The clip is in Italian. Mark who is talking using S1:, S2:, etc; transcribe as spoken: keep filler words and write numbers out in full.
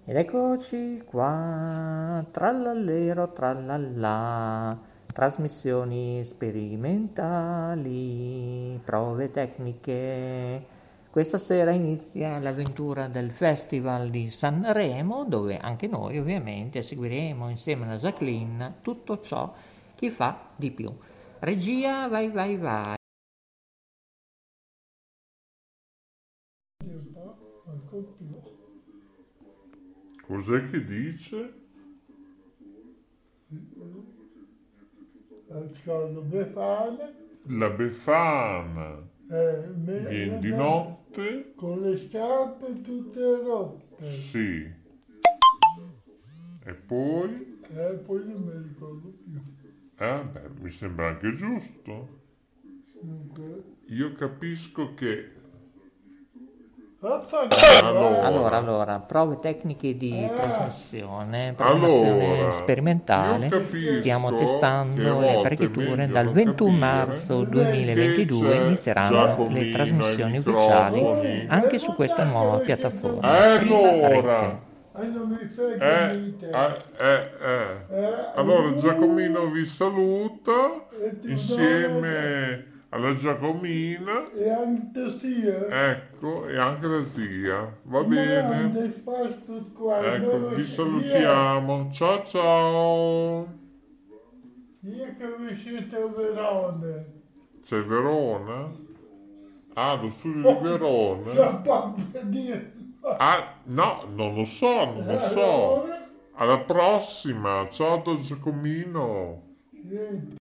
S1: Ed eccoci qua, trallallero, trallallà, trasmissioni sperimentali, prove tecniche. Questa sera inizia l'avventura del Festival di Sanremo, dove anche noi ovviamente seguiremo insieme alla Jacqueline tutto ciò che fa di più. Regia, vai vai vai.
S2: Cos'è che dice?
S3: Sono Befana,
S2: La Befana
S3: eh, me-
S2: viene di
S3: me-
S2: notte?
S3: con le scarpe tutte rotte.
S2: Sì. E poi?
S3: E poi non mi ricordo più.
S2: Eh, beh, mi sembra anche giusto.
S3: Dunque,
S2: Io capisco che...
S3: vaffanculo.
S1: Allora,
S2: Allora,
S1: allora, prove tecniche di
S3: Eh,
S1: trasmissione, programmazione
S2: allora, io
S1: sperimentale. Stiamo
S2: capisco che a
S1: testando le
S2: volte è
S1: apparecchiature.
S2: meglio
S1: Dal
S2: non
S1: ventuno
S2: capire
S1: marzo
S2: che
S1: duemilaventidue
S2: c'è
S1: inizieranno le
S2: Giacomino
S1: trasmissioni
S2: ai
S1: ufficiali
S2: microfoni.
S1: anche su questa nuova piattaforma. Prima
S2: Allora,
S1: rete.
S3: e non mi frega
S2: eh,
S3: niente.
S2: eh, eh, eh.
S3: Eh,
S2: Allora Giacomino vi saluta
S3: e tu
S2: insieme alla Giacomina,
S3: e anche sia.
S2: ecco, e anche la zia. Va
S3: Ma
S2: bene?
S3: non spazio qua,
S2: Ecco,
S3: dove
S2: vi
S3: sia.
S2: salutiamo. Ciao ciao.
S3: Io che vi siete a Verona.
S2: C'è Verona? Ah, lo studio di Verona?
S3: Non posso dire.
S2: Ah, no, non lo so, non lo so.
S3: Allora,
S2: Alla prossima. Ciao da Giacomino.
S3: niente.